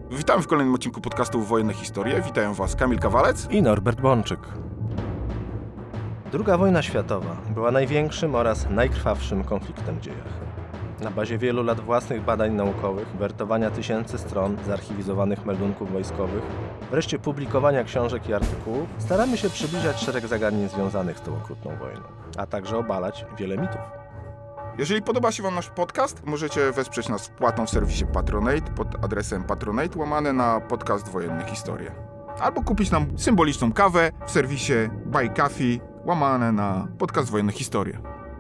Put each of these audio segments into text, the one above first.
Witamy w kolejnym odcinku podcastu Wojenne Historie. Witają Was Kamil Kawalec i Norbert Bączyk. II wojna światowa była największym oraz najkrwawszym konfliktem w dziejach. Na bazie wielu lat własnych badań naukowych, wertowania tysięcy stron zarchiwizowanych meldunków wojskowych, wreszcie publikowania książek i artykułów, staramy się przybliżać szereg zagadnień związanych z tą okrutną wojną, a także obalać wiele mitów. Jeżeli podoba się Wam nasz podcast, możecie wesprzeć nas wpłatą w serwisie Patronate pod adresem patronate / podcast Wojenne Historie. Albo kupić nam symboliczną kawę w serwisie Buy Coffee / podcast Wojenne Historie.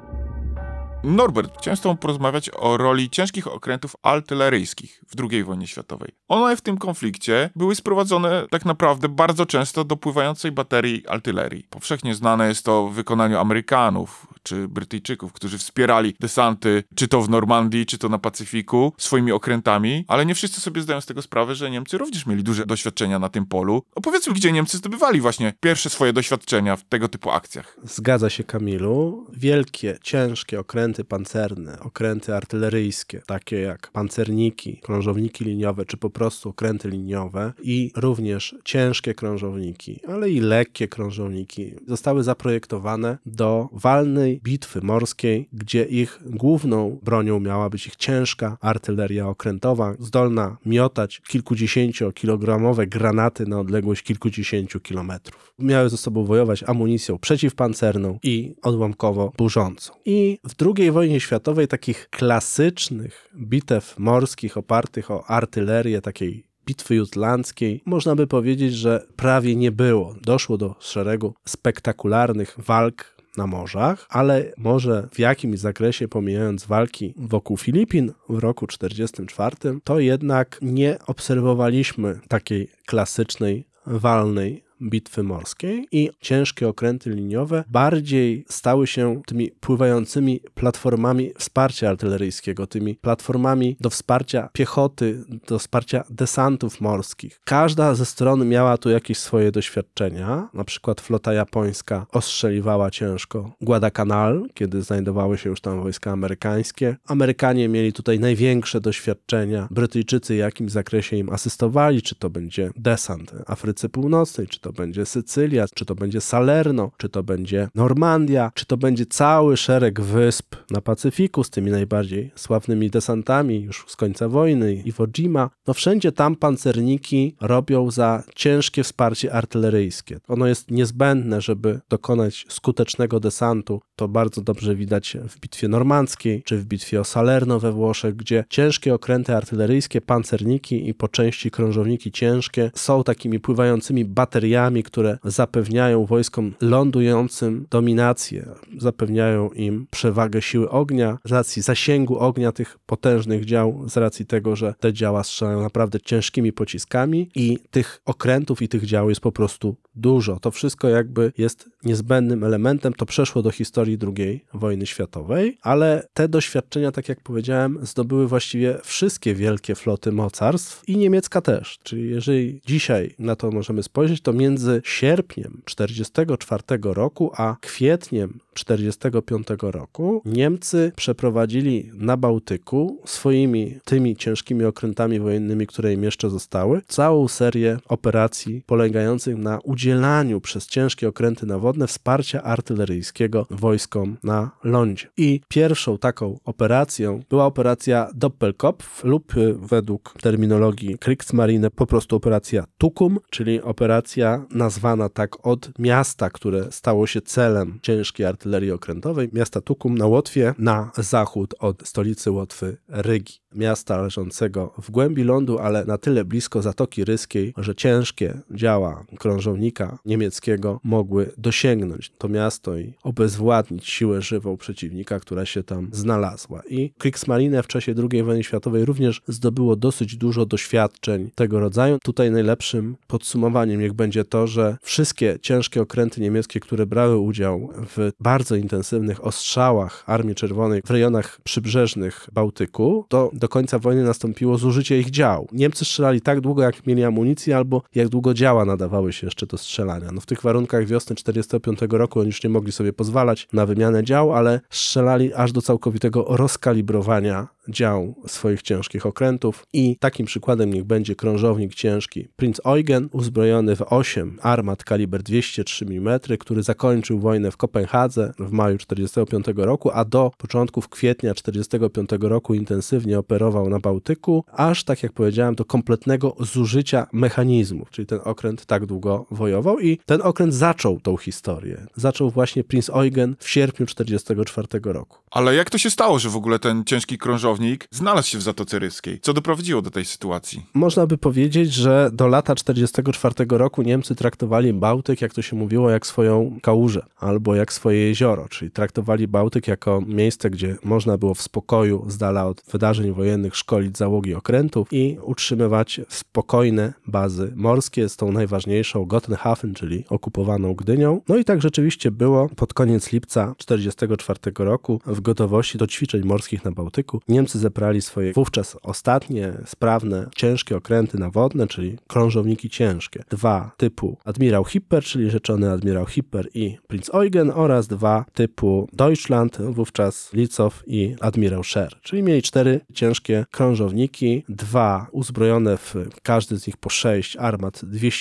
Norbert, chciałem z Tobą porozmawiać o roli ciężkich okrętów artyleryjskich w II wojnie światowej. One w tym konflikcie były sprowadzone tak naprawdę bardzo często do pływającej baterii artylerii. Powszechnie znane jest to w wykonaniu Amerykanów czy Brytyjczyków, którzy wspierali desanty, czy to w Normandii, czy to na Pacyfiku, swoimi okrętami, ale nie wszyscy sobie zdają z tego sprawę, że Niemcy również mieli duże doświadczenia na tym polu. Opowiedzmy, gdzie Niemcy zdobywali właśnie pierwsze swoje doświadczenia w tego typu akcjach. Zgadza się, Kamilu. Wielkie, ciężkie okręty pancerne, okręty artyleryjskie, takie jak pancerniki, krążowniki liniowe, czy po prostu okręty liniowe i również ciężkie krążowniki, ale i lekkie krążowniki zostały zaprojektowane do walnej bitwy morskiej, gdzie ich główną bronią miała być ich ciężka artyleria okrętowa, zdolna miotać kilkudziesięciokilogramowe granaty na odległość kilkudziesięciu kilometrów. Miały ze sobą wojować amunicją przeciwpancerną i odłamkowo burzącą. I w II wojnie światowej takich klasycznych bitew morskich opartych o artylerię, takiej bitwy jutlandzkiej, można by powiedzieć, że prawie nie było. Doszło do szeregu spektakularnych walk na morzach, ale może w jakimś zakresie, pomijając walki wokół Filipin w roku 1944, to jednak nie obserwowaliśmy takiej klasycznej, walnej bitwy morskiej i ciężkie okręty liniowe bardziej stały się tymi pływającymi platformami wsparcia artyleryjskiego, tymi platformami do wsparcia piechoty, do wsparcia desantów morskich. Każda ze stron miała tu jakieś swoje doświadczenia, na przykład flota japońska ostrzeliwała ciężko Guadalcanal, kiedy znajdowały się już tam wojska amerykańskie. Amerykanie mieli tutaj największe doświadczenia, Brytyjczycy w jakimś zakresie im asystowali, czy to będzie desant w Afryce Północnej, czy to będzie Sycylia, czy to będzie Salerno, czy to będzie Normandia, czy to będzie cały szereg wysp na Pacyfiku z tymi najbardziej sławnymi desantami już z końca wojny, Iwo Jima. No wszędzie tam pancerniki robią za ciężkie wsparcie artyleryjskie. Ono jest niezbędne, żeby dokonać skutecznego desantu. To bardzo dobrze widać w bitwie normandzkiej, czy w bitwie o Salerno we Włoszech, gdzie ciężkie okręty artyleryjskie, pancerniki i po części krążowniki ciężkie są takimi pływającymi bateriami, które zapewniają wojskom lądującym dominację, zapewniają im przewagę siły ognia, z racji zasięgu ognia tych potężnych dział, z racji tego, że te działa strzelają naprawdę ciężkimi pociskami i tych okrętów i tych dział jest po prostu dużo. To wszystko jakby jest niezbędnym elementem. To przeszło do historii II wojny światowej, ale te doświadczenia, tak jak powiedziałem, zdobyły właściwie wszystkie wielkie floty mocarstw i niemiecka też. Czyli jeżeli dzisiaj na to możemy spojrzeć, to między sierpniem 1944 roku a kwietniem 1945 roku Niemcy przeprowadzili na Bałtyku swoimi tymi ciężkimi okrętami wojennymi, które im jeszcze zostały, całą serię operacji polegających na udzielaniu przez ciężkie okręty nawodne wsparcia artyleryjskiego wojskom na lądzie. I pierwszą taką operacją była operacja Doppelkopf lub według terminologii Kriegsmarine po prostu operacja Tukum, czyli operacja nazwana tak od miasta, które stało się celem ciężkiej artylerii okrętowej, miasta Tukum na Łotwie, na zachód od stolicy Łotwy Rygi. Miasta leżącego w głębi lądu, ale na tyle blisko Zatoki Ryskiej, że ciężkie działa krążownika niemieckiego mogły dosięgnąć to miasto i obezwładnić siłę żywą przeciwnika, która się tam znalazła. I Kriegsmarine w czasie II wojny światowej również zdobyło dosyć dużo doświadczeń tego rodzaju. Tutaj najlepszym podsumowaniem niech będzie to, że wszystkie ciężkie okręty niemieckie, które brały udział w bardzo intensywnych ostrzałach Armii Czerwonej w rejonach przybrzeżnych Bałtyku, to do końca wojny nastąpiło zużycie ich dział. Niemcy strzelali tak długo, jak mieli amunicję, albo jak długo działa nadawały się jeszcze do strzelania. No w tych warunkach wiosny 1945 roku oni już nie mogli sobie pozwalać na wymianę dział, ale strzelali aż do całkowitego rozkalibrowania dział swoich ciężkich okrętów i takim przykładem niech będzie krążownik ciężki Prinz Eugen, uzbrojony w 8 armat kaliber 203 mm, który zakończył wojnę w Kopenhadze w maju 1945 roku, a do początków kwietnia 1945 roku intensywnie operował na Bałtyku, aż tak jak powiedziałem, do kompletnego zużycia mechanizmów, czyli ten okręt tak długo wojował i ten okręt zaczął tą historię. Zaczął właśnie Prinz Eugen w sierpniu 1944 roku. Ale jak to się stało, że w ogóle ten ciężki krążownik znalazł się w Zatoce Ryskiej? Co doprowadziło do tej sytuacji? Można by powiedzieć, że do lata 1944 roku Niemcy traktowali Bałtyk, jak to się mówiło, jak swoją kałużę albo jak swoje jezioro, czyli traktowali Bałtyk jako miejsce, gdzie można było w spokoju, z dala od wydarzeń wojennych, szkolić załogi okrętów i utrzymywać spokojne bazy morskie z tą najważniejszą Gotenhafen, czyli okupowaną Gdynią. No i tak rzeczywiście było pod koniec lipca 1944 roku w gotowości do ćwiczeń morskich na Bałtyku. Niemcy zebrali swoje wówczas ostatnie, sprawne, ciężkie okręty nawodne, czyli krążowniki ciężkie. 2 typu admirał Hipper, czyli rzeczony admirał Hipper i Prinz Eugen oraz 2 typu Deutschland, wówczas Litzow i admirał Scher. Czyli mieli 4 ciężkie krążowniki, 2 uzbrojone w każdy z nich po 6 armat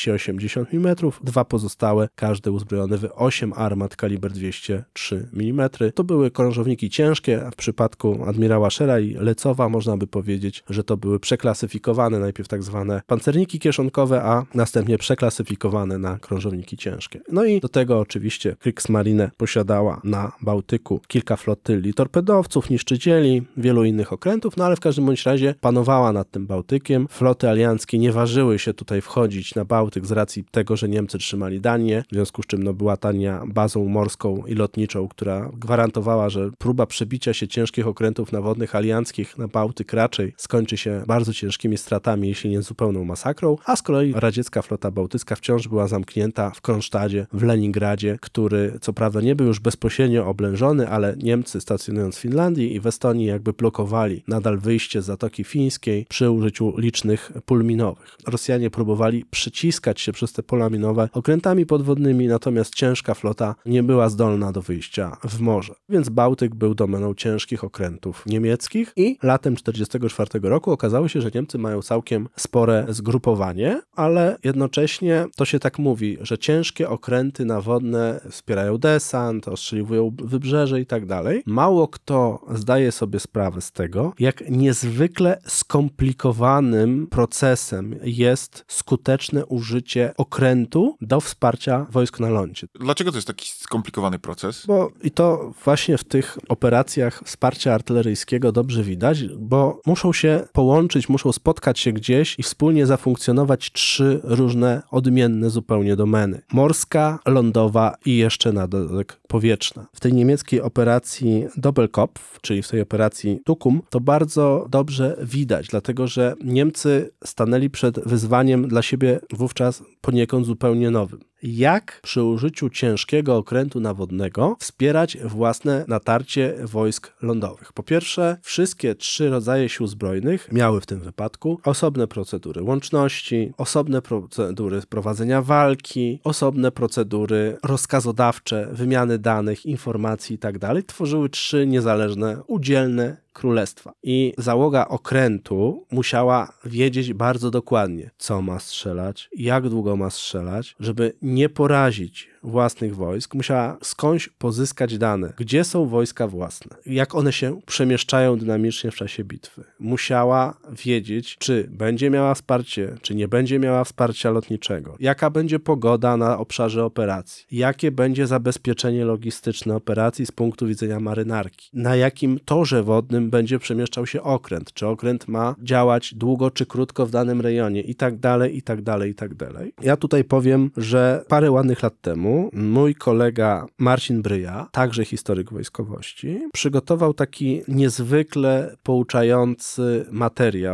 280 mm, 2 pozostałe, każdy uzbrojony w 8 armat kaliber 203 mm. To były krążowniki ciężkie, a w przypadku admirała Schera i Lecowa można by powiedzieć, że to były przeklasyfikowane najpierw tak zwane pancerniki kieszonkowe, a następnie przeklasyfikowane na krążowniki ciężkie. No i do tego oczywiście Kriegsmarine posiadała na Bałtyku kilka flotyli torpedowców, niszczycieli, wielu innych okrętów, no ale w każdym bądź razie panowała nad tym Bałtykiem. Floty alianckie nie ważyły się tutaj wchodzić na Bałtyk z racji tego, że Niemcy trzymali Danię, w związku z czym była Dania bazą morską i lotniczą, która gwarantowała, że próba przebicia się ciężkich okrętów nawodnych alianckich na Bałtyk raczej skończy się bardzo ciężkimi stratami, jeśli nie zupełną masakrą, a z kolei radziecka flota bałtycka wciąż była zamknięta w Kronsztadzie, w Leningradzie, który co prawda nie był już bezpośrednio oblężony, ale Niemcy stacjonując w Finlandii i w Estonii jakby blokowali nadal wyjście z Zatoki Fińskiej przy użyciu licznych pól minowych. Rosjanie próbowali przyciskać się przez te pola minowe okrętami podwodnymi, natomiast ciężka flota nie była zdolna do wyjścia w morze. Więc Bałtyk był domeną ciężkich okrętów niemieckich i latem 1944 roku okazało się, że Niemcy mają całkiem spore zgrupowanie, ale jednocześnie to się tak mówi, że ciężkie okręty nawodne wspierają desant, ostrzeliwują wybrzeże i tak dalej. Mało kto zdaje sobie sprawę z tego, jak niezwykle skomplikowanym procesem jest skuteczne użycie okrętu do wsparcia wojsk na lądzie. Dlaczego to jest taki skomplikowany proces? Bo i to właśnie w tych operacjach wsparcia artyleryjskiego dobrze widać, bo muszą się połączyć, muszą spotkać się gdzieś i wspólnie zafunkcjonować 3 różne, odmienne zupełnie domeny. Morska, lądowa i jeszcze na dodatek powietrzna. W tej niemieckiej operacji Doppelkopf, czyli w tej operacji Tukum, to bardzo dobrze widać, dlatego że Niemcy stanęli przed wyzwaniem dla siebie wówczas poniekąd zupełnie nowym. Jak przy użyciu ciężkiego okrętu nawodnego wspierać własne natarcie wojsk lądowych? Po pierwsze, wszystkie 3 rodzaje sił zbrojnych miały w tym wypadku osobne procedury łączności, osobne procedury prowadzenia walki, osobne procedury rozkazodawcze, wymiany danych, informacji itd. Tworzyły 3 niezależne, udzielne królestwa. I załoga okrętu musiała wiedzieć bardzo dokładnie, co ma strzelać, jak długo ma strzelać, żeby nie porazić własnych wojsk. Musiała skądś pozyskać dane, gdzie są wojska własne, jak one się przemieszczają dynamicznie w czasie bitwy. Musiała wiedzieć, czy będzie miała wsparcie, czy nie będzie miała wsparcia lotniczego, jaka będzie pogoda na obszarze operacji, jakie będzie zabezpieczenie logistyczne operacji z punktu widzenia marynarki, na jakim torze wodnym będzie przemieszczał się okręt, czy okręt ma działać długo czy krótko w danym rejonie i tak dalej, i tak dalej, i tak dalej. Ja tutaj powiem, że parę ładnych lat temu mój kolega Marcin Bryja, także historyk wojskowości, przygotował taki niezwykle pouczający materiał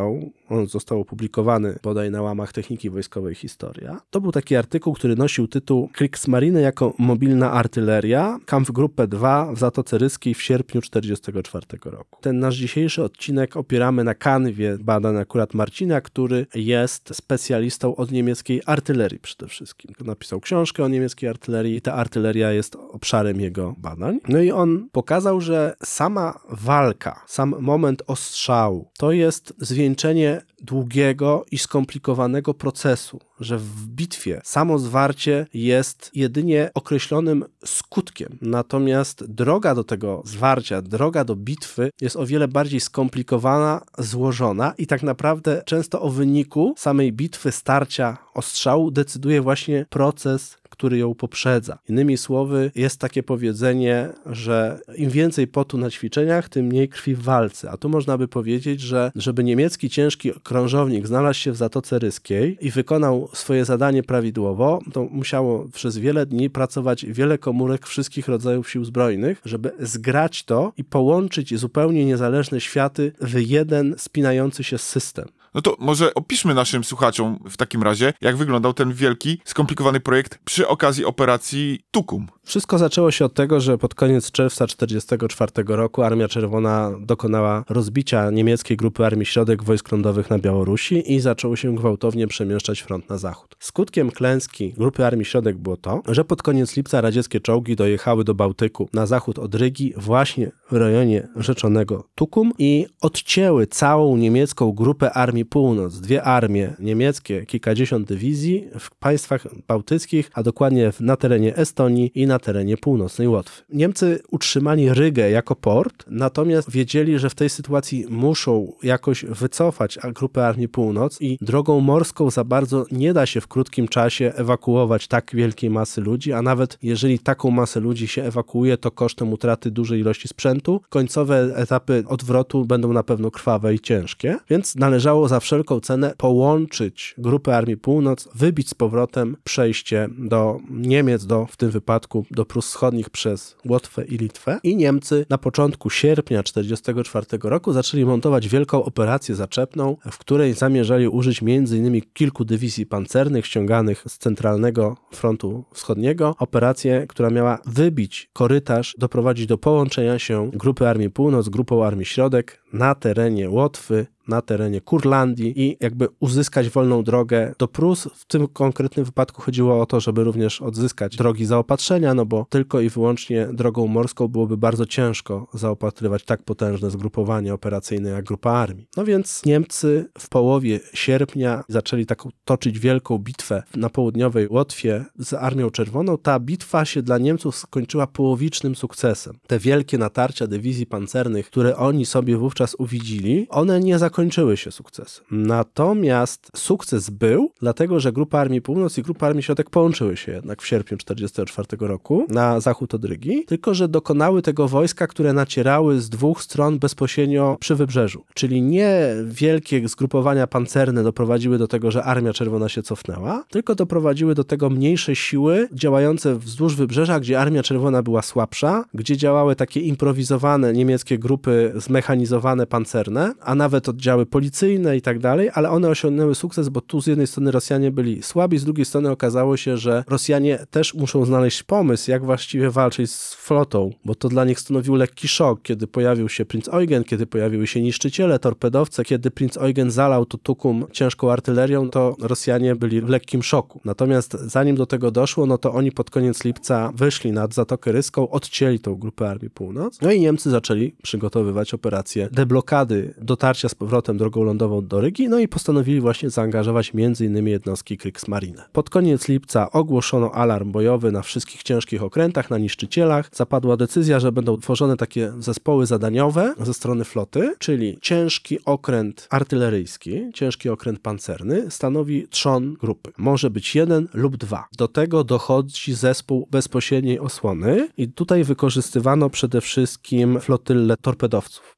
On został opublikowany bodaj na łamach Techniki Wojskowej Historia. To był taki artykuł, który nosił tytuł Kriegsmarine jako mobilna artyleria, Kampfgruppe 2 w Zatoce Ryskiej w sierpniu 1944 roku. Ten nasz dzisiejszy odcinek opieramy na kanwie badań akurat Marcina, który jest specjalistą od niemieckiej artylerii przede wszystkim. Napisał książkę o niemieckiej artylerii i ta artyleria jest obszarem jego badań. No i on pokazał, że sama walka, sam moment ostrzału to jest zwieńczenie długiego i skomplikowanego procesu, że w bitwie samo zwarcie jest jedynie określonym skutkiem, natomiast droga do tego zwarcia, droga do bitwy jest o wiele bardziej skomplikowana, złożona i tak naprawdę często o wyniku samej bitwy, starcia, ostrzału decyduje właśnie proces, który ją poprzedza. Innymi słowy, jest takie powiedzenie, że im więcej potu na ćwiczeniach, tym mniej krwi w walce. A tu można by powiedzieć, że żeby niemiecki ciężki krążownik znalazł się w Zatoce Ryskiej i wykonał swoje zadanie prawidłowo, to musiało przez wiele dni pracować wiele komórek wszystkich rodzajów sił zbrojnych, żeby zgrać to i połączyć zupełnie niezależne światy w jeden spinający się system. No to może opiszmy naszym słuchaczom w takim razie, jak wyglądał ten wielki, skomplikowany projekt przy okazji operacji Tukum. Wszystko zaczęło się od tego, że pod koniec czerwca 1944 roku Armia Czerwona dokonała rozbicia niemieckiej grupy Armii Środek wojsk lądowych na Białorusi i zaczęło się gwałtownie przemieszczać front na zachód. Skutkiem klęski grupy Armii Środek było to, że pod koniec lipca radzieckie czołgi dojechały do Bałtyku na zachód od Rygi, właśnie w rejonie rzeczonego Tukum i odcięły całą niemiecką grupę Armii Północ, 2 armie niemieckie, kilkadziesiąt dywizji w państwach bałtyckich, a dokładnie na terenie Estonii i na terenie północnej Łotwy. Niemcy utrzymali Rygę jako port, natomiast wiedzieli, że w tej sytuacji muszą jakoś wycofać grupę Armii Północ i drogą morską za bardzo nie da się w krótkim czasie ewakuować tak wielkiej masy ludzi, a nawet jeżeli taką masę ludzi się ewakuuje, to kosztem utraty dużej ilości sprzętu. Końcowe etapy odwrotu będą na pewno krwawe i ciężkie, więc należało za wszelką cenę połączyć grupę Armii Północ, wybić z powrotem przejście do Niemiec, w tym wypadku do Prus Wschodnich przez Łotwę i Litwę. I Niemcy na początku sierpnia 1944 roku zaczęli montować wielką operację zaczepną, w której zamierzali użyć m.in. kilku dywizji pancernych ściąganych z centralnego frontu wschodniego. Operację, która miała wybić korytarz, doprowadzić do połączenia się grupy Armii Północ z grupą Armii Środek na terenie Łotwy, na terenie Kurlandii i jakby uzyskać wolną drogę do Prus. W tym konkretnym wypadku chodziło o to, żeby również odzyskać drogi zaopatrzenia, no bo tylko i wyłącznie drogą morską byłoby bardzo ciężko zaopatrywać tak potężne zgrupowanie operacyjne jak grupa armii. No więc Niemcy w połowie sierpnia zaczęli taką toczyć wielką bitwę na południowej Łotwie z Armią Czerwoną. Ta bitwa się dla Niemców skończyła połowicznym sukcesem. Te wielkie natarcia dywizji pancernych, które oni sobie wówczas uwidzili, one nie zakończyły się sukcesem. Natomiast sukces był, dlatego że Grupa Armii Północ i Grupa Armii Środek połączyły się jednak w sierpniu 1944 roku na zachód od Rygi, tylko że dokonały tego wojska, które nacierały z 2 stron bezpośrednio przy wybrzeżu. Czyli nie wielkie zgrupowania pancerne doprowadziły do tego, że Armia Czerwona się cofnęła, tylko doprowadziły do tego mniejsze siły działające wzdłuż wybrzeża, gdzie Armia Czerwona była słabsza, gdzie działały takie improwizowane niemieckie grupy zmechanizowane pancerne, a nawet oddziały policyjne i tak dalej, ale one osiągnęły sukces, bo tu z jednej strony Rosjanie byli słabi, z drugiej strony okazało się, że Rosjanie też muszą znaleźć pomysł, jak właściwie walczyć z flotą, bo to dla nich stanowił lekki szok, kiedy pojawił się Prinz Eugen, kiedy pojawiły się niszczyciele, torpedowce, kiedy Prinz Eugen zalał to Tukum ciężką artylerią, to Rosjanie byli w lekkim szoku. Natomiast zanim do tego doszło, no to oni pod koniec lipca wyszli nad Zatokę Ryską, odcięli tą grupę Armii Północ, no i Niemcy zaczęli przygotowywać operację deblokady dotarcia z powrotem drogą lądową do Rygi, no i postanowili właśnie zaangażować m.in. jednostki Kriegsmarine. Pod koniec lipca ogłoszono alarm bojowy na wszystkich ciężkich okrętach, na niszczycielach. Zapadła decyzja, że będą tworzone takie zespoły zadaniowe ze strony floty, czyli ciężki okręt artyleryjski, ciężki okręt pancerny stanowi trzon grupy. Może być 1 lub 2. Do tego dochodzi zespół bezpośredniej osłony i tutaj wykorzystywano przede wszystkim flotylę torpedowców. Torpedowcy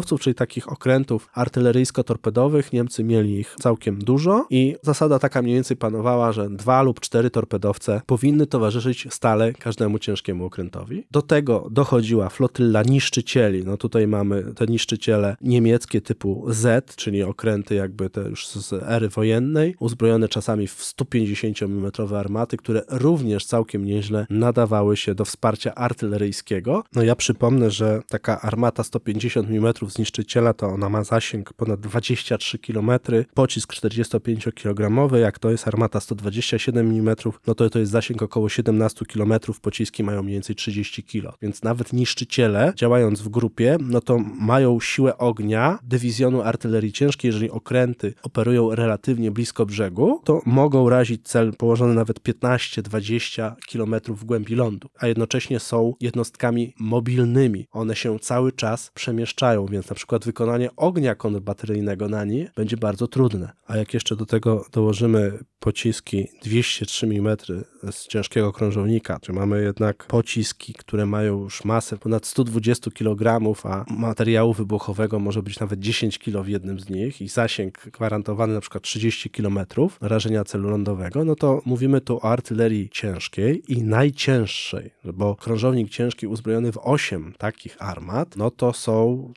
torpedowców, czyli takich okrętów artyleryjsko-torpedowych. Niemcy mieli ich całkiem dużo i zasada taka mniej więcej panowała, że 2 lub 4 torpedowce powinny towarzyszyć stale każdemu ciężkiemu okrętowi. Do tego dochodziła flotylla niszczycieli. No tutaj mamy te niszczyciele niemieckie typu Z, czyli okręty jakby te już z ery wojennej, uzbrojone czasami w 150 mm armaty, które również całkiem nieźle nadawały się do wsparcia artyleryjskiego. No ja przypomnę, że taka armata 150 mm zniszczyciela to ona ma zasięg ponad 23 km, pocisk 45 kg, jak to jest armata 127 mm, no to jest zasięg około 17 km, pociski mają mniej więcej 30 kg. Więc nawet niszczyciele, działając w grupie, no to mają siłę ognia dywizjonu artylerii ciężkiej. Jeżeli okręty operują relatywnie blisko brzegu, to mogą razić cel położony nawet 15-20 km w głębi lądu, a jednocześnie są jednostkami mobilnymi. One się cały czas przemieszczają, więc na przykład wykonanie ognia kontrbateryjnego na nie będzie bardzo trudne. A jak jeszcze do tego dołożymy pociski 203 mm z ciężkiego krążownika, czy mamy jednak pociski, które mają już masę ponad 120 kg, a materiału wybuchowego może być nawet 10 kg w jednym z nich i zasięg gwarantowany na przykład 30 km rażenia celu lądowego, no to mówimy tu o artylerii ciężkiej i najcięższej, bo krążownik ciężki uzbrojony w 8 takich armat, no to są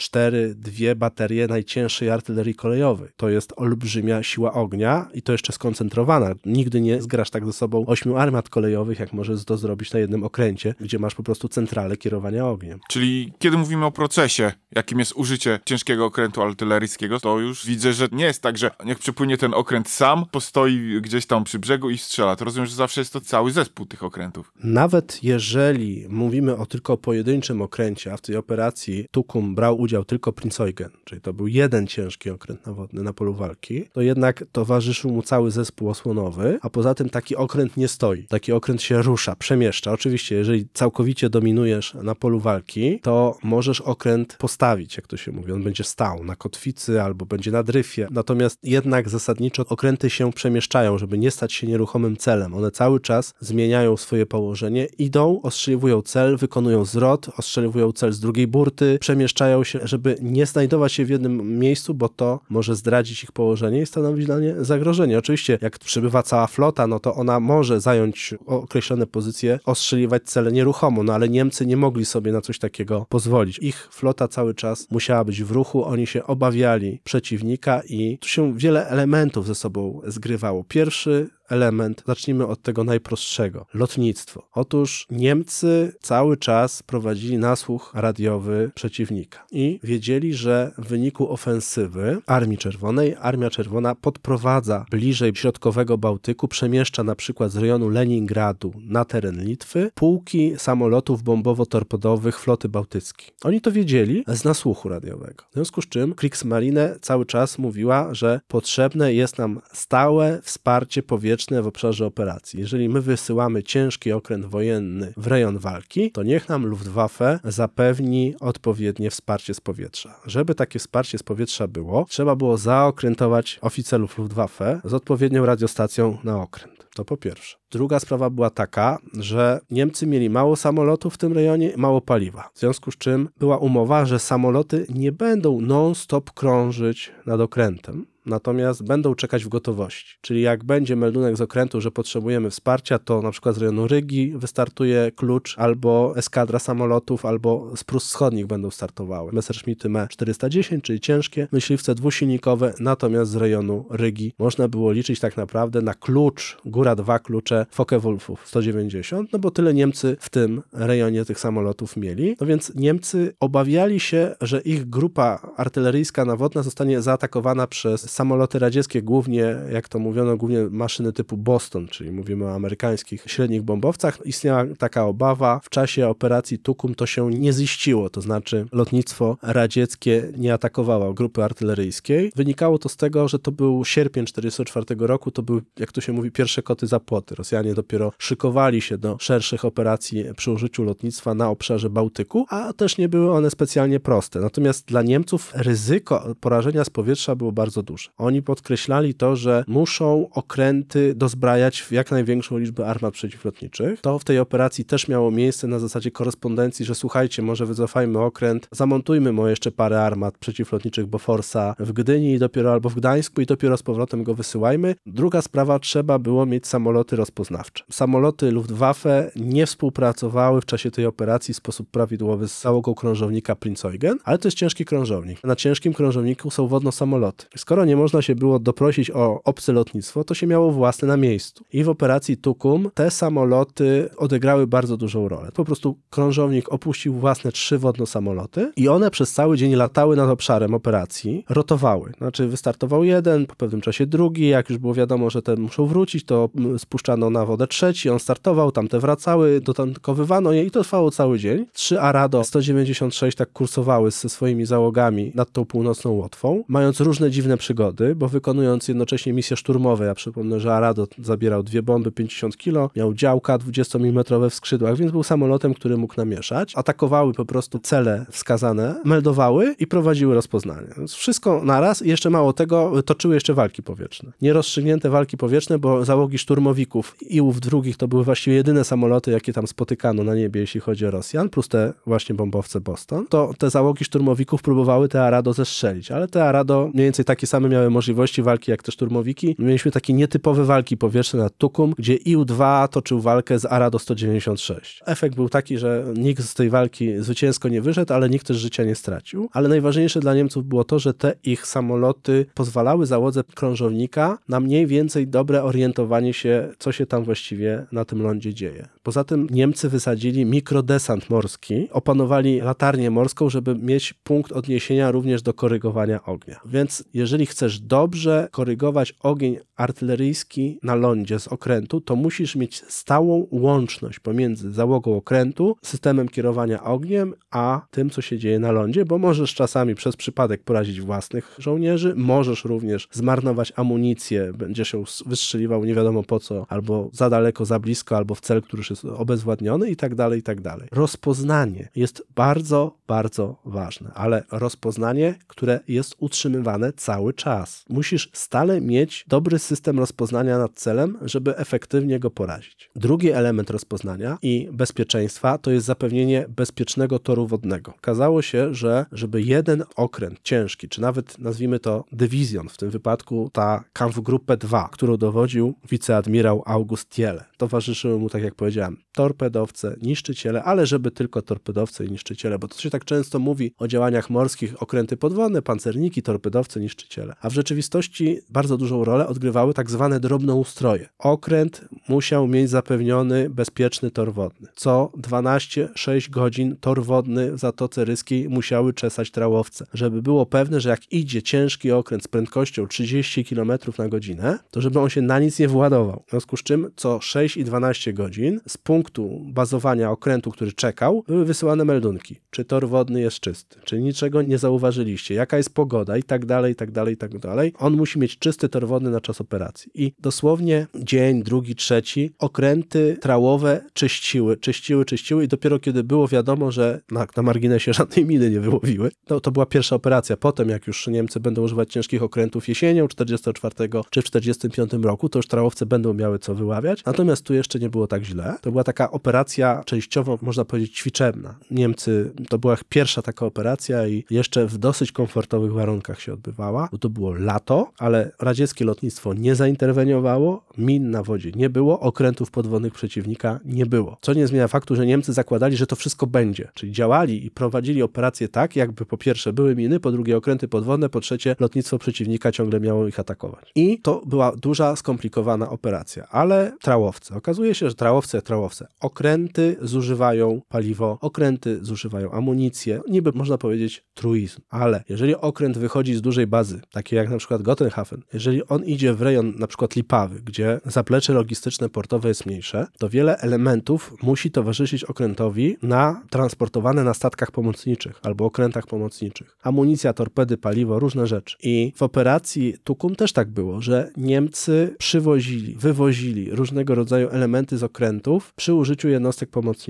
2 baterie najcięższej artylerii kolejowej. To jest olbrzymia siła ognia i to jeszcze skoncentrowana. Nigdy nie zgrasz tak ze sobą 8 armat kolejowych, jak możesz to zrobić na jednym okręcie, gdzie masz po prostu centralę kierowania ogniem. Czyli kiedy mówimy o procesie, jakim jest użycie ciężkiego okrętu artyleryjskiego, to już widzę, że nie jest tak, że niech przypłynie ten okręt sam, postoi gdzieś tam przy brzegu i strzela. To rozumiem, że zawsze jest to cały zespół tych okrętów. Nawet jeżeli mówimy tylko o pojedynczym okręcie, a w tej operacji Tukum brał udział tylko Prinz Eugen, czyli to był jeden ciężki okręt nawodny na polu walki, to jednak towarzyszył mu cały zespół osłonowy, a poza tym taki okręt nie stoi. Taki okręt się rusza, przemieszcza. Oczywiście, jeżeli całkowicie dominujesz na polu walki, to możesz okręt postawić, jak to się mówi. On będzie stał na kotwicy albo będzie na dryfie. Natomiast jednak zasadniczo okręty się przemieszczają, żeby nie stać się nieruchomym celem. One cały czas zmieniają swoje położenie, idą, ostrzeliwują cel, wykonują zwrot, ostrzeliwują cel z drugiej burty, przemieszczają się, żeby nie znajdować się w jednym miejscu, bo to może zdradzić ich położenie i stanowić dla nie zagrożenie. Oczywiście, jak przybywa cała flota, no to ona może zająć określone pozycje, ostrzeliwać cele nieruchomo, no ale Niemcy nie mogli sobie na coś takiego pozwolić. Ich flota cały czas musiała być w ruchu, oni się obawiali przeciwnika i tu się wiele elementów ze sobą zgrywało. Pierwszy element, zacznijmy od tego najprostszego. Lotnictwo. Otóż Niemcy cały czas prowadzili nasłuch radiowy przeciwnika i wiedzieli, że w wyniku ofensywy Armii Czerwonej, Armia Czerwona podprowadza bliżej środkowego Bałtyku, przemieszcza na przykład z rejonu Leningradu na teren Litwy pułki samolotów bombowo-torpedowych floty bałtyckiej. Oni to wiedzieli z nasłuchu radiowego. W związku z czym Kriegsmarine cały czas mówiła, że potrzebne jest nam stałe wsparcie powietrzne w obszarze operacji. Jeżeli my wysyłamy ciężki okręt wojenny w rejon walki, to niech nam Luftwaffe zapewni odpowiednie wsparcie z powietrza. Żeby takie wsparcie z powietrza było, trzeba było zaokrętować oficerów Luftwaffe z odpowiednią radiostacją na okręt. To po pierwsze. Druga sprawa była taka, że Niemcy mieli mało samolotów w tym rejonie i mało paliwa. W związku z czym była umowa, że samoloty nie będą non-stop krążyć nad okrętem, natomiast będą czekać w gotowości. Czyli jak będzie meldunek z okrętu, że potrzebujemy wsparcia, to na przykład z rejonu Rygi wystartuje klucz, albo eskadra samolotów, albo z Prus Wschodnich będą startowały. Messerschmitty Me-410, czyli ciężkie myśliwce dwusilnikowe, natomiast z rejonu Rygi można było liczyć tak naprawdę na klucz, góra 2 klucze Focke-Wulfów 190, no bo tyle Niemcy w tym rejonie tych samolotów mieli. No więc Niemcy obawiali się, że ich grupa artyleryjska nawodna zostanie zaatakowana przez samoloty radzieckie, głównie, jak to mówiono, głównie maszyny typu Boston, czyli mówimy o amerykańskich średnich bombowcach. Istniała taka obawa, w czasie operacji Tukum to się nie ziściło, to znaczy lotnictwo radzieckie nie atakowało grupy artyleryjskiej. Wynikało to z tego, że to był sierpień 1944 roku, to były, jak to się mówi, pierwsze koty za płoty. Rosjanie dopiero szykowali się do szerszych operacji przy użyciu lotnictwa na obszarze Bałtyku, a też nie były one specjalnie proste. Natomiast dla Niemców ryzyko porażenia z powietrza było bardzo duże. poznawcze. Oni podkreślali to, że muszą okręty dozbrajać w jak największą liczbę armat przeciwlotniczych. To w tej operacji też miało miejsce na zasadzie korespondencji, że słuchajcie, może wycofajmy okręt, zamontujmy mu jeszcze parę armat przeciwlotniczych Boforsa w Gdyni i dopiero albo w Gdańsku i dopiero z powrotem go wysyłajmy. Druga sprawa, trzeba było mieć samoloty rozpoznawcze. Samoloty Luftwaffe nie współpracowały w czasie tej operacji w sposób prawidłowy z załogą krążownika Prinz Eugen, ale to jest ciężki krążownik. Na ciężkim krążowniku są wodno-samoloty. Skoro nie można się było doprosić o obce lotnictwo, to się miało własne na miejscu. I w operacji Tukum te samoloty odegrały bardzo dużą rolę. Po prostu krążownik opuścił własne 3 wodno-samoloty i one przez cały dzień latały nad obszarem operacji, rotowały. Znaczy wystartował jeden, po pewnym czasie drugi, jak już było wiadomo, że te muszą wrócić, to spuszczano na wodę trzeci, on startował, tamte wracały, dotankowywano je i to trwało cały dzień. 3 Arado 196 tak kursowały ze swoimi załogami nad tą północną Łotwą, mając różne dziwne przygody, bo wykonując jednocześnie misje szturmowe. Ja przypomnę, że Arado zabierał 2 bomby 50 kg, miał działka 20 mm w skrzydłach, więc był samolotem, który mógł namieszać. Atakowały po prostu cele wskazane, meldowały i prowadziły rozpoznanie. Więc wszystko naraz i jeszcze mało tego, toczyły jeszcze walki powietrzne. Nierozstrzygnięte walki powietrzne, bo załogi szturmowików Iłów drugich to były właściwie jedyne samoloty, jakie tam spotykano na niebie, jeśli chodzi o Rosjan, plus te właśnie bombowce Boston. To te załogi szturmowików próbowały te Arado zestrzelić, ale te Arado mniej więcej takie same miały możliwości walki jak te szturmowiki. Mieliśmy takie nietypowe walki powietrzne nad Tukum, gdzie Ił-2 toczył walkę z Arado 196. Efekt był taki, że nikt z tej walki zwycięsko nie wyszedł, ale nikt też życia nie stracił. Ale najważniejsze dla Niemców było to, że te ich samoloty pozwalały załodze krążownika na mniej więcej dobre orientowanie się, co się tam właściwie na tym lądzie dzieje. Poza tym Niemcy wysadzili mikrodesant morski, opanowali latarnię morską, żeby mieć punkt odniesienia również do korygowania ognia. Więc jeżeli chcesz dobrze korygować ogień artyleryjski na lądzie z okrętu, to musisz mieć stałą łączność pomiędzy załogą okrętu, systemem kierowania ogniem, a tym, co się dzieje na lądzie, bo możesz czasami przez przypadek porazić własnych żołnierzy, możesz również zmarnować amunicję, będziesz ją wystrzeliwał nie wiadomo po co, albo za daleko, za blisko, albo w cel, który już jest obezwładniony i tak dalej, i tak dalej. Rozpoznanie jest bardzo, bardzo ważne, ale rozpoznanie, które jest utrzymywane cały czas. Musisz stale mieć dobry system rozpoznania nad celem, żeby efektywnie go porazić. Drugi element rozpoznania i bezpieczeństwa to jest zapewnienie bezpiecznego toru wodnego. Okazało się, że żeby jeden okręt ciężki, czy nawet nazwijmy to dywizjon, w tym wypadku ta Kampfgruppe 2, którą dowodził wiceadmirał August Thiele. Towarzyszyły mu, tak jak powiedziałem, torpedowce, niszczyciele, ale żeby tylko torpedowce i niszczyciele, bo to się tak często mówi o działaniach morskich, okręty podwodne, pancerniki, torpedowce, niszczyciele. A w rzeczywistości bardzo dużą rolę odgrywały tak zwane drobnoustroje. Okręt musiał mieć zapewniony bezpieczny tor wodny. Co 12-6 godzin tor wodny w Zatoce Ryskiej musiały czesać trałowce, żeby było pewne, że jak idzie ciężki okręt z prędkością 30 km na godzinę, to żeby on się na nic nie władował. W związku z czym co 6 i 12 godzin z punktu bazowania okrętu, który czekał, były wysyłane meldunki. Czy tor wodny jest czysty? Czy niczego nie zauważyliście? Jaka jest pogoda? I tak dalej, i tak dalej, i tak dalej. On musi mieć czysty tor wodny na czas operacji. I dosłownie dzień, drugi, trzeci okręty trałowe czyściły i dopiero kiedy było wiadomo, że na marginesie żadnej miny nie wyłowiły, to była pierwsza operacja. Potem, jak już Niemcy będą używać ciężkich okrętów jesienią 44 czy w 45 roku, to już trałowce będą miały co wyławiać. Natomiast tu jeszcze nie było tak źle. To była taka operacja częściowo, można powiedzieć, ćwiczebna. Niemcy, to była pierwsza taka operacja i jeszcze w dosyć komfortowych warunkach się odbywała, bo to było lato, ale radzieckie lotnictwo nie zainterweniowało, min na wodzie nie było, okrętów podwodnych przeciwnika nie było. Co nie zmienia faktu, że Niemcy zakładali, że to wszystko będzie. Czyli działali i prowadzili operacje tak, jakby po pierwsze były miny, po drugie okręty podwodne, po trzecie lotnictwo przeciwnika ciągle miało ich atakować. I to była duża, skomplikowana operacja. Ale trałowce. Okazuje się, że trałowce. Okręty zużywają paliwo, okręty zużywają amunicję. Niby można powiedzieć truizm. Ale jeżeli okręt wychodzi z dużej bazy, takiej jak na przykład Gotenhafen, jeżeli on idzie w rejon na przykład Lipawy, gdzie zaplecze logistyczne portowe jest mniejsze, to wiele elementów musi towarzyszyć okrętowi transportowane na statkach pomocniczych albo okrętach pomocniczych. Amunicja, torpedy, paliwo, różne rzeczy. I w operacji Tukum też tak było, że Niemcy wywozili różnego rodzaju elementy z okrętów przy użyciu jednostek pomocniczych.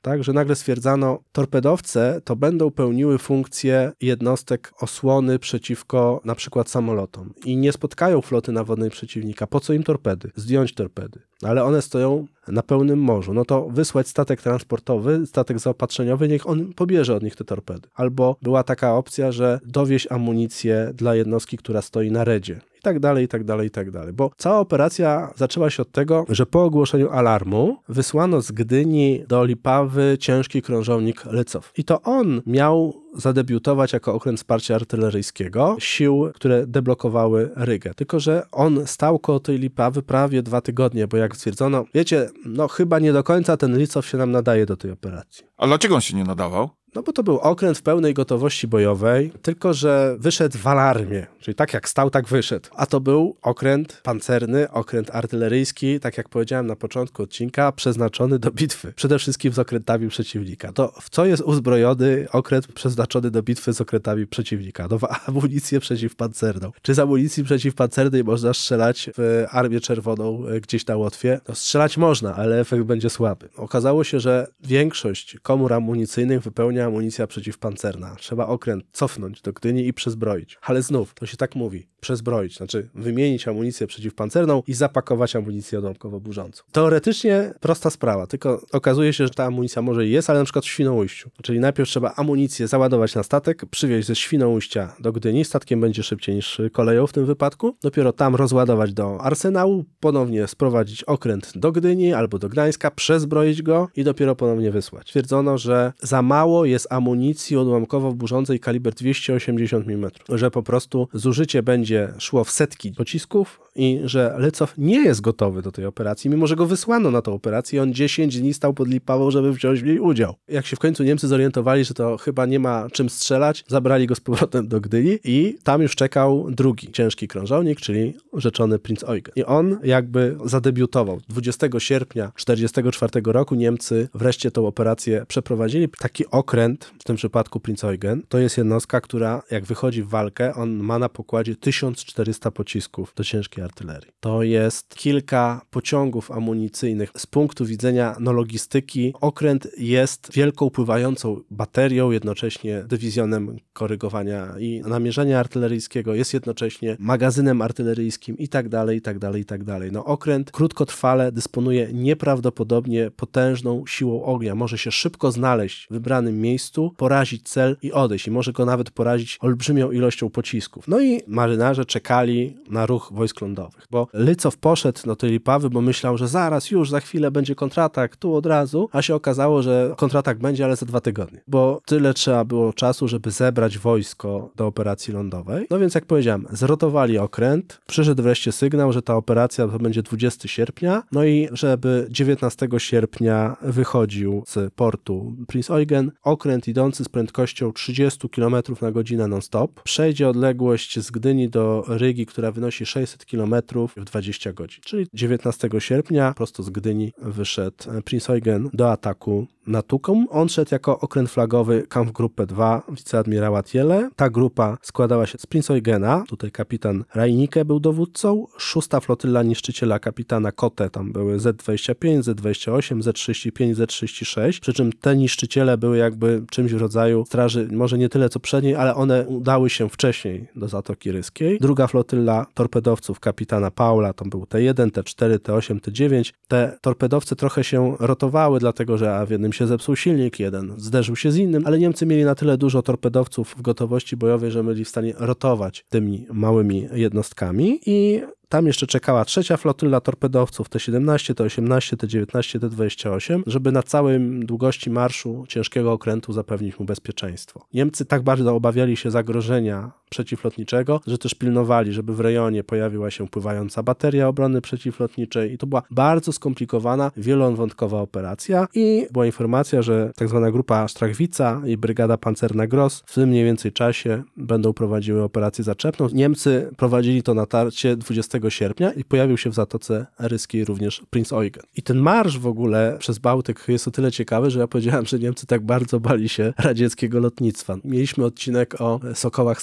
tak? Że nagle stwierdzano, torpedowce to będą pełniły funkcję jednostek osłony przeciwko na przykład samolotom i nie spotkają floty nawodnej przeciwnika. Po co im torpedy? Zdjąć torpedy. Ale one stoją na pełnym morzu. No to wysłać statek transportowy, statek zaopatrzeniowy, niech on pobierze od nich te torpedy. Albo była taka opcja, że dowieź amunicję dla jednostki, która stoi na redzie. I tak dalej, i tak dalej, i tak dalej. Bo cała operacja zaczęła się od tego, że po ogłoszeniu alarmu wysłano z Gdyni do Lipawy ciężki krążownik Lycow. I to on miał zadebiutować jako okręt wsparcia artyleryjskiego sił, które deblokowały Rygę. Tylko że on stał koło tej Lipawy prawie 2 tygodnie, bo jak stwierdzono, wiecie, no chyba nie do końca ten Lycow się nam nadaje do tej operacji. A dlaczego on się nie nadawał? No bo to był okręt w pełnej gotowości bojowej, tylko że wyszedł w alarmie, czyli tak jak stał, tak wyszedł. A to był okręt pancerny, okręt artyleryjski, tak jak powiedziałem na początku odcinka, przeznaczony do bitwy. Przede wszystkim z okrętami przeciwnika. To w co jest uzbrojony okręt przeznaczony do bitwy z okrętami przeciwnika? No w amunicję przeciwpancerną. Czy z amunicji przeciwpancernej można strzelać w Armię Czerwoną gdzieś na Łotwie? No strzelać można, ale efekt będzie słaby. Okazało się, że większość komór amunicyjnych wypełnia amunicja przeciwpancerna. Trzeba okręt cofnąć do Gdyni i przezbroić. Ale znów, to się tak mówi, przezbroić, znaczy wymienić amunicję przeciwpancerną i zapakować amunicję odłamkowo burzącą. Teoretycznie prosta sprawa, tylko okazuje się, że ta amunicja może i jest, ale na przykład w Świnoujściu. Czyli najpierw trzeba amunicję załadować na statek, przywieźć ze Świnoujścia do Gdyni, statkiem będzie szybciej niż koleją w tym wypadku, dopiero tam rozładować do arsenału, ponownie sprowadzić okręt do Gdyni albo do Gdańska, przezbroić go i dopiero ponownie wysłać. Twierdzono, że za mało jest amunicji odłamkowo burzącej kaliber 280 mm, że po prostu zużycie będzie szło w setki pocisków i że Lycow nie jest gotowy do tej operacji, mimo że go wysłano na tę operację, on 10 dni stał pod Lipawą, żeby wziąć w niej udział. Jak się w końcu Niemcy zorientowali, że to chyba nie ma czym strzelać, zabrali go z powrotem do Gdyni i tam już czekał drugi ciężki krążownik, czyli rzeczony Prinz Eugen. I on jakby zadebiutował. 20 sierpnia 1944 roku Niemcy wreszcie tą operację przeprowadzili. Taki okręt, w tym przypadku Prinz Eugen, to jest jednostka, która jak wychodzi w walkę, on ma na pokładzie 1400 pocisków do ciężkiej artylerii. To jest kilka pociągów amunicyjnych. Z punktu widzenia logistyki okręt jest wielką pływającą baterią, jednocześnie dywizjonem korygowania i namierzenia artyleryjskiego, jest jednocześnie magazynem artyleryjskim i tak dalej, i tak dalej, i tak dalej. No okręt krótkotrwale dysponuje nieprawdopodobnie potężną siłą ognia. Może się szybko znaleźć w wybranym miejscu, porazić cel i odejść. I może go nawet porazić olbrzymią ilością pocisków. No i marynarze czekali na ruch wojsk lądowych, bo Lycow poszedł do tej Lipawy, bo myślał, że zaraz, już za chwilę będzie kontratak, tu od razu, a się okazało, że kontratak będzie, ale za 2 tygodnie, bo tyle trzeba było czasu, żeby zebrać wojsko do operacji lądowej. No więc jak powiedziałem, zrotowali okręt, przyszedł wreszcie sygnał, że ta operacja to będzie 20 sierpnia, no i żeby 19 sierpnia wychodził z portu Prinz Eugen, okręt idący z prędkością 30 km na godzinę non-stop, przejdzie odległość z Gdyni do Rygi, która wynosi 600 km w 20 godzin. Czyli 19 sierpnia prosto z Gdyni wyszedł Prinz Eugen do ataku na Tukum. On szedł jako okręt flagowy Kampfgruppe 2 wiceadmirała Thiele. Ta grupa składała się z Prinz Eugena, tutaj kapitan Reinicke był dowódcą, 6. flotyla niszczyciela kapitana Kotte, tam były Z-25, Z-28, Z-35, Z-36, przy czym te niszczyciele były jakby czymś w rodzaju straży, może nie tyle co przedniej, ale one udały się wcześniej do Zatoki Ryskiej. 2. flotyla torpedowców kapitana Paula, tam był T1, T4, T8, T9. Te torpedowce trochę się rotowały, dlatego że w jednym się zepsuł silnik, jeden zderzył się z innym, ale Niemcy mieli na tyle dużo torpedowców w gotowości bojowej, że byli w stanie rotować tymi małymi jednostkami i tam jeszcze czekała 3. flotyla torpedowców T-17, T-18, T-19, T-28, żeby na całej długości marszu ciężkiego okrętu zapewnić mu bezpieczeństwo. Niemcy tak bardzo obawiali się zagrożenia przeciwlotniczego, że też pilnowali, żeby w rejonie pojawiła się pływająca bateria obrony przeciwlotniczej i to była bardzo skomplikowana, wielowątkowa operacja i była informacja, że tak zwana grupa Strachwica i brygada pancerna Gross w tym mniej więcej czasie będą prowadziły operację zaczepną. Niemcy prowadzili to natarcie 20 sierpnia i pojawił się w Zatoce Ryskiej również Prinz Eugen. I ten marsz w ogóle przez Bałtyk jest o tyle ciekawy, że ja powiedziałem, że Niemcy tak bardzo bali się radzieckiego lotnictwa. Mieliśmy odcinek o Sokołach Stalina,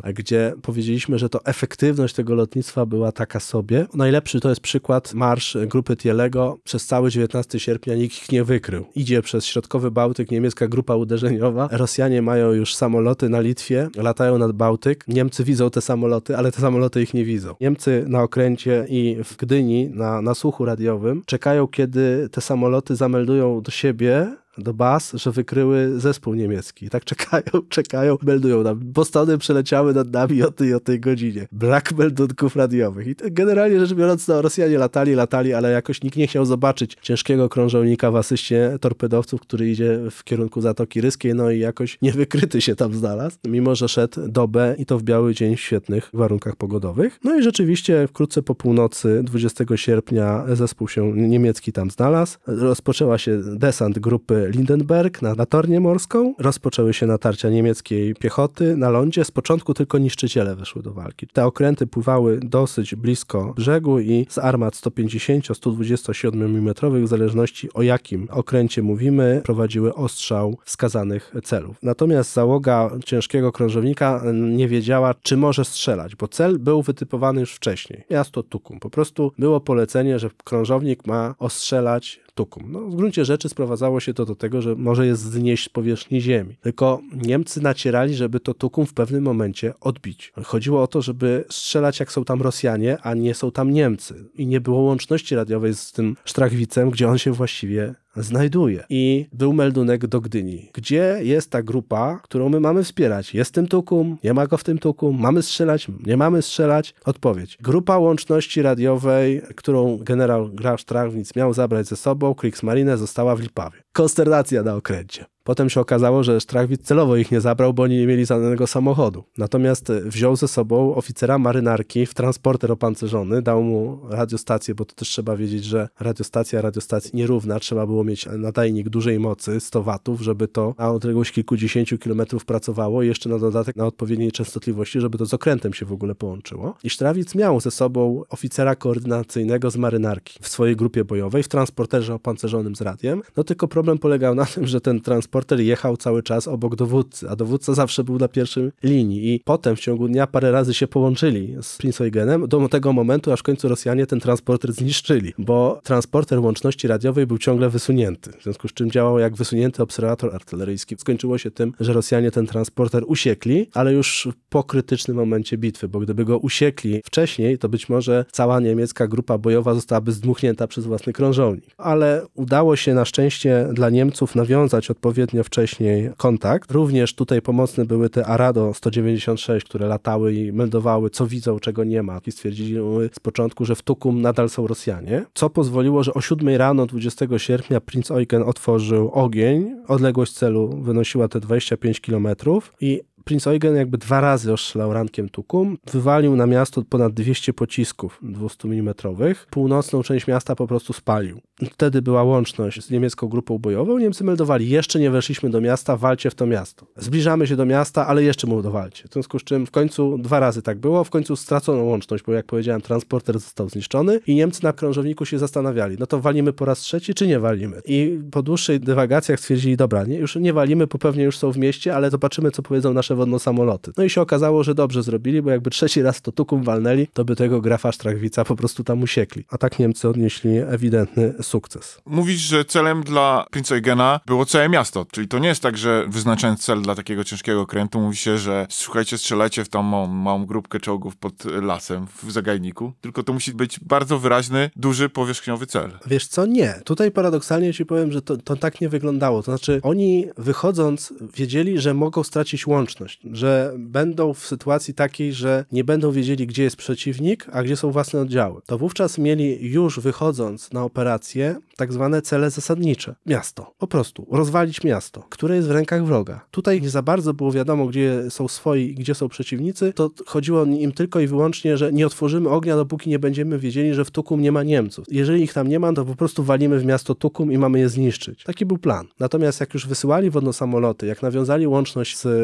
gdzie powiedzieliśmy, że to efektywność tego lotnictwa była taka sobie. Najlepszy to jest przykład marsz grupy Thielego. Przez cały 19 sierpnia nikt ich nie wykrył. Idzie przez środkowy Bałtyk niemiecka grupa uderzeniowa. Rosjanie mają już samoloty na Litwie, latają nad Bałtyk. Niemcy widzą te samoloty, ale te samoloty ich nie widzą. Niemcy na okręcie i w Gdyni na słuchu radiowym czekają, kiedy te samoloty zameldują do siebie, do baz, że wykryły zespół niemiecki. Tak czekają, meldują nam. Bostony przeleciały nad nami o tej godzinie. Brak meldunków radiowych. I generalnie rzecz biorąc, Rosjanie latali, ale jakoś nikt nie chciał zobaczyć ciężkiego krążownika w asyście torpedowców, który idzie w kierunku Zatoki Ryskiej, no i jakoś niewykryty się tam znalazł, mimo że szedł dobę i to w biały dzień w świetnych warunkach pogodowych. No i rzeczywiście wkrótce po północy 20 sierpnia zespół się niemiecki tam znalazł. Rozpoczęła się desant grupy Lindenberg na Tornię Morską. Rozpoczęły się natarcia niemieckiej piechoty na lądzie. Z początku tylko niszczyciele weszły do walki. Te okręty pływały dosyć blisko brzegu i z armat 150-127 mm, w zależności o jakim okręcie mówimy, prowadziły ostrzał wskazanych celów. Natomiast załoga ciężkiego krążownika nie wiedziała, czy może strzelać, bo cel był wytypowany już wcześniej. Miasto Tukum. Po prostu było polecenie, że krążownik ma ostrzelać Tukum. No, w gruncie rzeczy sprowadzało się to do tego, że może je znieść z powierzchni ziemi. Tylko Niemcy nacierali, żeby to Tukum w pewnym momencie odbić. Chodziło o to, żeby strzelać jak są tam Rosjanie, a nie są tam Niemcy. I nie było łączności radiowej z tym Strachwicem, gdzie on się właściwie znajduje. I był meldunek do Gdyni. Gdzie jest ta grupa, którą my mamy wspierać? Jest w tym Tukum? Nie ma go w tym Tukum? Mamy strzelać? Nie mamy strzelać? Odpowiedź. Grupa łączności radiowej, którą generał Graf Strachwitz miał zabrać ze sobą, Kriegsmarine, została w Lipawie. Konsternacja na okręcie. Potem się okazało, że Strachwitz celowo ich nie zabrał, bo oni nie mieli żadnego samochodu. Natomiast wziął ze sobą oficera marynarki w transporter opancerzony, dał mu radiostację, bo to też trzeba wiedzieć, że radiostacja nierówna, trzeba było mieć nadajnik dużej mocy, 100 watów, żeby to na odległość kilkudziesięciu kilometrów pracowało i jeszcze na dodatek na odpowiedniej częstotliwości, żeby to z okrętem się w ogóle połączyło. I Strachwitz miał ze sobą oficera koordynacyjnego z marynarki w swojej grupie bojowej, w transporterze opancerzonym z radiem. No tylko problem polegał na tym, że ten transporter jechał cały czas obok dowódcy, a dowódca zawsze był na pierwszej linii i potem w ciągu dnia parę razy się połączyli z Prinz-Eugenem do tego momentu, aż w końcu Rosjanie ten transporter zniszczyli, bo transporter łączności radiowej był ciągle wysunięty, w związku z czym działał jak wysunięty obserwator artyleryjski. Skończyło się tym, że Rosjanie ten transporter usiekli, ale już po krytycznym momencie bitwy, bo gdyby go usiekli wcześniej, to być może cała niemiecka grupa bojowa zostałaby zdmuchnięta przez własny krążownik. Ale udało się na szczęście dla Niemców nawiązać odpowiednio wcześniej kontakt. Również tutaj pomocne były te Arado 196, które latały i meldowały, co widzą, czego nie ma. I stwierdzili z początku, że w Tukum nadal są Rosjanie, co pozwoliło, że o 7 rano 20 sierpnia Prinz-Eugen otworzył ogień. Odległość celu wynosiła te 25 km i Prinz-Eugen jakby 2 razy ostrzelał rankiem Tukum, wywalił na miasto ponad 200 pocisków 200 mm. Północną część miasta po prostu spalił. Wtedy była łączność z niemiecką grupą bojową. Niemcy meldowali, jeszcze nie weszliśmy do miasta, walcie w to miasto. Zbliżamy się do miasta, ale jeszcze mu dowalcie. W związku z czym w końcu 2 razy tak było, w końcu stracono łączność, bo jak powiedziałem, transporter został zniszczony i Niemcy na krążowniku się zastanawiali, no to walimy po raz trzeci, czy nie walimy? I po dłuższej dywagacjach stwierdzili, dobra, już nie walimy, bo pewnie już są w mieście, ale zobaczymy, co powiedzą nasze wodno-samoloty. No i się okazało, że dobrze zrobili, bo jakby trzeci raz to Tukum walnęli, to by tego Grafa Strachwica po prostu tam usiekli. A tak Niemcy odnieśli ewidentny sukces. Mówisz, że celem dla Prinz-Eugena było całe miasto, czyli to nie jest tak, że wyznaczając cel dla takiego ciężkiego okrętu mówi się, że słuchajcie, strzelajcie w tą małą grupkę czołgów pod lasem w zagajniku, tylko to musi być bardzo wyraźny, duży, powierzchniowy cel. Wiesz co? Nie. Tutaj paradoksalnie ci powiem, że to tak nie wyglądało. To znaczy oni wychodząc wiedzieli, że mogą stracić łączność, że będą w sytuacji takiej, że nie będą wiedzieli, gdzie jest przeciwnik, a gdzie są własne oddziały. To wówczas mieli już wychodząc na operację tak zwane cele zasadnicze. Miasto. Po prostu. Rozwalić miasto, które jest w rękach wroga. Tutaj nie za bardzo było wiadomo, gdzie są swoi i gdzie są przeciwnicy. To chodziło im tylko i wyłącznie, że nie otworzymy ognia, dopóki nie będziemy wiedzieli, że w Tukum nie ma Niemców. Jeżeli ich tam nie ma, to po prostu walimy w miasto Tukum i mamy je zniszczyć. Taki był plan. Natomiast jak już wysyłali wodno-samoloty, jak nawiązali łączność z obserwatorem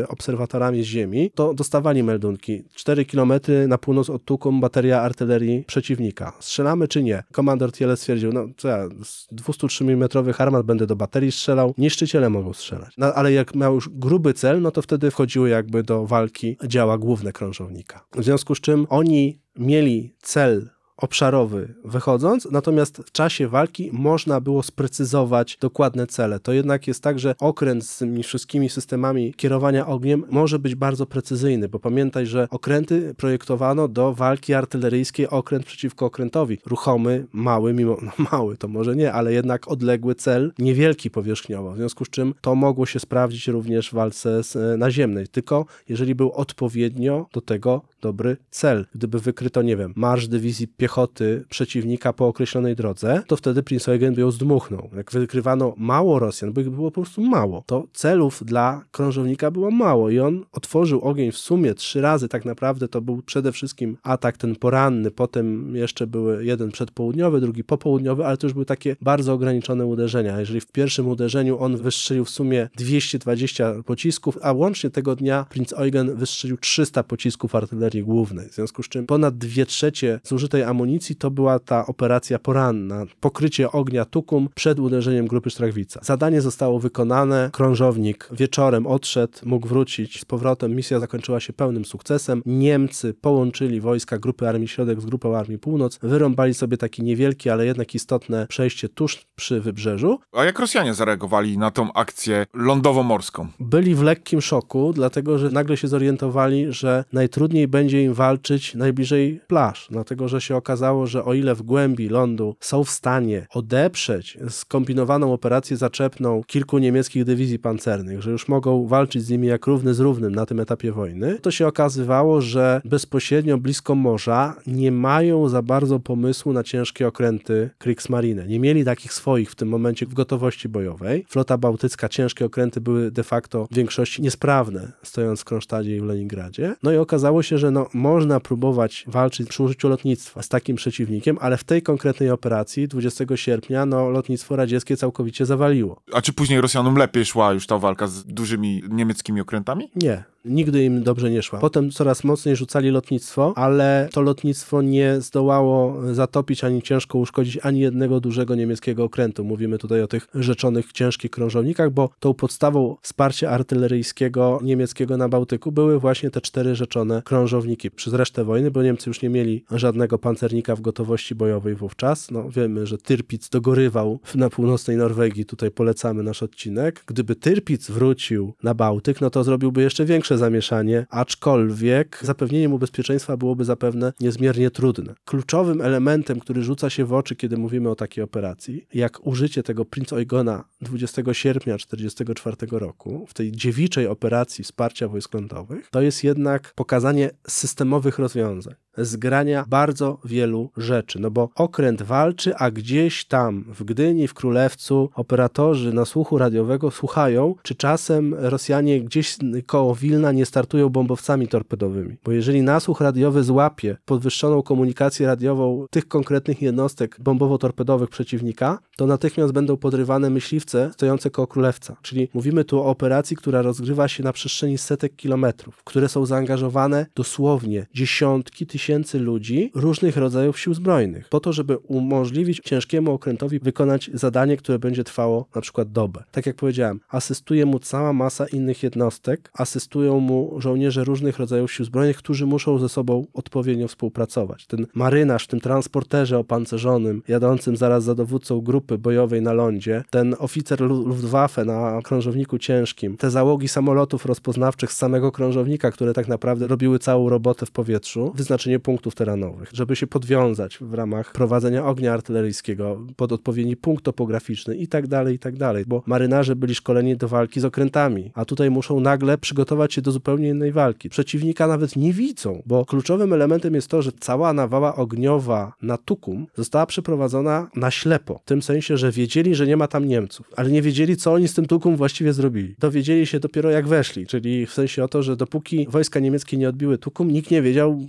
motorami z ziemi, to dostawali meldunki. 4 km na północ od Tukum bateria artylerii przeciwnika. Strzelamy czy nie? Komandor Thiele stwierdził, no co ja, z 203 mm armat będę do baterii strzelał, niszczyciele mogą strzelać. No, ale jak miał już gruby cel, no to wtedy wchodziły jakby do walki działa główne krążownika. W związku z czym oni mieli cel obszarowy wychodząc, natomiast w czasie walki można było sprecyzować dokładne cele. To jednak jest tak, że okręt z tymi wszystkimi systemami kierowania ogniem może być bardzo precyzyjny, bo pamiętaj, że okręty projektowano do walki artyleryjskiej okręt przeciwko okrętowi. Ruchomy, mały, mały to może nie, ale jednak odległy cel, niewielki powierzchniowo, w związku z czym to mogło się sprawdzić również w walce naziemnej, tylko jeżeli był odpowiednio do tego dobry cel. Gdyby wykryto, nie wiem, marsz dywizji piechoty przeciwnika po określonej drodze, to wtedy Prinz Eugen by ją zdmuchnął. Jak wykrywano mało Rosjan, bo ich było po prostu mało, to celów dla krążownika było mało i on otworzył ogień w sumie 3 razy. Tak naprawdę to był przede wszystkim atak ten poranny, potem jeszcze były jeden przedpołudniowy, drugi popołudniowy, ale to już były takie bardzo ograniczone uderzenia. Jeżeli w pierwszym uderzeniu on wystrzelił w sumie 220 pocisków, a łącznie tego dnia Prinz Eugen wystrzelił 300 pocisków artylerii głównej. W związku z czym ponad 2/3 zużytej amunicji to była ta operacja poranna, pokrycie ognia Tukum przed uderzeniem grupy Strachwica. Zadanie zostało wykonane, krążownik wieczorem odszedł, mógł wrócić z powrotem, misja zakończyła się pełnym sukcesem. Niemcy połączyli wojska grupy Armii Środek z grupą Armii Północ, wyrąbali sobie takie niewielkie, ale jednak istotne przejście tuż przy wybrzeżu. A jak Rosjanie zareagowali na tą akcję lądowo-morską? Byli w lekkim szoku, dlatego że nagle się zorientowali, że najtrudniej będzie im walczyć najbliżej plaż, dlatego że się okazało, że o ile w głębi lądu są w stanie odeprzeć skombinowaną operację zaczepną kilku niemieckich dywizji pancernych, że już mogą walczyć z nimi jak równy z równym na tym etapie wojny, to się okazywało, że bezpośrednio blisko morza nie mają za bardzo pomysłu na ciężkie okręty Kriegsmarine. Nie mieli takich swoich w tym momencie w gotowości bojowej. Flota bałtycka, ciężkie okręty były de facto w większości niesprawne, stojąc w Kronsztadzie i w Leningradzie. No i okazało się, że można próbować walczyć przy użyciu lotnictwa z takim przeciwnikiem, ale w tej konkretnej operacji 20 sierpnia lotnictwo radzieckie całkowicie zawaliło. A czy później Rosjanom lepiej szła już ta walka z dużymi niemieckimi okrętami? Nie. Nigdy im dobrze nie szła. Potem coraz mocniej rzucali lotnictwo, ale to lotnictwo nie zdołało zatopić ani ciężko uszkodzić ani jednego dużego niemieckiego okrętu. Mówimy tutaj o tych rzeczonych ciężkich krążownikach, bo tą podstawą wsparcia artyleryjskiego niemieckiego na Bałtyku były właśnie te 4 rzeczone krążowniki. Przez resztę wojny, bo Niemcy już nie mieli żadnego pancernika w gotowości bojowej wówczas. Wiemy, że Tirpitz dogorywał na północnej Norwegii. Tutaj polecamy nasz odcinek. Gdyby Tirpitz wrócił na Bałtyk, to zrobiłby jeszcze większe zamieszanie, aczkolwiek zapewnienie mu bezpieczeństwa byłoby zapewne niezmiernie trudne. Kluczowym elementem, który rzuca się w oczy, kiedy mówimy o takiej operacji, jak użycie tego Prinz Eugena 20 sierpnia 1944 roku, w tej dziewiczej operacji wsparcia wojsk lądowych, to jest jednak pokazanie systemowych rozwiązań. Zgrania bardzo wielu rzeczy, bo okręt walczy, a gdzieś tam w Gdyni, w Królewcu operatorzy nasłuchu radiowego słuchają, czy czasem Rosjanie gdzieś koło Wilna nie startują bombowcami torpedowymi, bo jeżeli nasłuch radiowy złapie podwyższoną komunikację radiową tych konkretnych jednostek bombowo-torpedowych przeciwnika, to natychmiast będą podrywane myśliwce stojące koło Królewca, czyli mówimy tu o operacji, która rozgrywa się na przestrzeni setek kilometrów, które są zaangażowane dosłownie dziesiątki tysięcy ludzi różnych rodzajów sił zbrojnych, po to, żeby umożliwić ciężkiemu okrętowi wykonać zadanie, które będzie trwało na przykład dobę. Tak jak powiedziałem, asystuje mu cała masa innych jednostek, asystują mu żołnierze różnych rodzajów sił zbrojnych, którzy muszą ze sobą odpowiednio współpracować. Ten marynarz w tym transporterze opancerzonym, jadącym zaraz za dowódcą grupy bojowej na lądzie, ten oficer Luftwaffe na krążowniku ciężkim, te załogi samolotów rozpoznawczych z samego krążownika, które tak naprawdę robiły całą robotę w powietrzu, wyznaczenie punktów terenowych, żeby się podwiązać w ramach prowadzenia ognia artyleryjskiego pod odpowiedni punkt topograficzny i tak dalej, bo marynarze byli szkoleni do walki z okrętami, a tutaj muszą nagle przygotować się do zupełnie innej walki. Przeciwnika nawet nie widzą, bo kluczowym elementem jest to, że cała nawała ogniowa na Tukum została przeprowadzona na ślepo, w tym sensie, że wiedzieli, że nie ma tam Niemców, ale nie wiedzieli, co oni z tym Tukum właściwie zrobili. Dowiedzieli się dopiero jak weszli, czyli w sensie o to, że dopóki wojska niemieckie nie odbiły Tukum, nikt nie wiedział, jaki to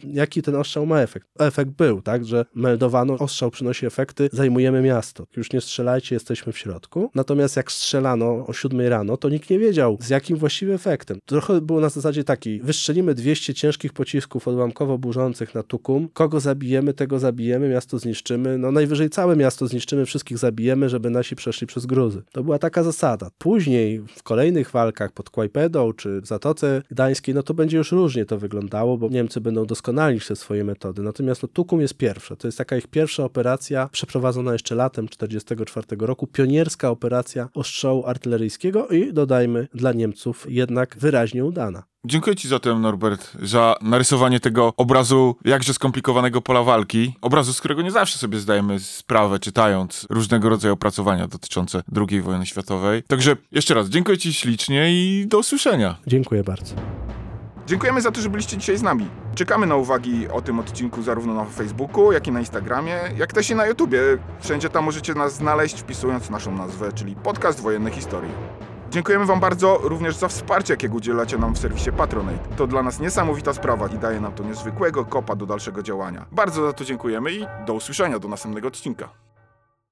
ten ostrzał ma efekt. Efekt był, tak, że meldowano, ostrzał przynosi efekty, zajmujemy miasto. Już nie strzelajcie, jesteśmy w środku. Natomiast jak strzelano o 7 rano, to nikt nie wiedział, z jakim właściwie efektem. Trochę było na zasadzie takiej, wystrzelimy 200 ciężkich pocisków odłamkowo burzących na Tukum, kogo zabijemy, tego zabijemy, miasto zniszczymy, no najwyżej całe miasto zniszczymy, wszystkich zabijemy, żeby nasi przeszli przez gruzy. To była taka zasada. Później w kolejnych walkach pod Kłajpedą czy w Zatoce Gdańskiej, no to będzie już różnie to wyglądało, bo Niemcy będą doskonalić te swoje metody. Natomiast Tukum jest pierwsze. To jest taka ich pierwsza operacja, przeprowadzona jeszcze latem 1944 roku, pionierska operacja ostrzału artyleryjskiego i dodajmy dla Niemców jednak wyraźnie udana. Dziękuję ci zatem, Norbert, za narysowanie tego obrazu jakże skomplikowanego pola walki. Obrazu, z którego nie zawsze sobie zdajemy sprawę, czytając różnego rodzaju opracowania dotyczące II wojny światowej. Także jeszcze raz, dziękuję ci ślicznie i do usłyszenia. Dziękuję bardzo. Dziękujemy za to, że byliście dzisiaj z nami. Czekamy na uwagi o tym odcinku zarówno na Facebooku, jak i na Instagramie, jak też i na YouTubie. Wszędzie tam możecie nas znaleźć, wpisując naszą nazwę, czyli Podcast Wojenne Historie. Dziękujemy wam bardzo również za wsparcie, jakiego udzielacie nam w serwisie Patronate. To dla nas niesamowita sprawa i daje nam to niezwykłego kopa do dalszego działania. Bardzo za to dziękujemy i do usłyszenia do następnego odcinka.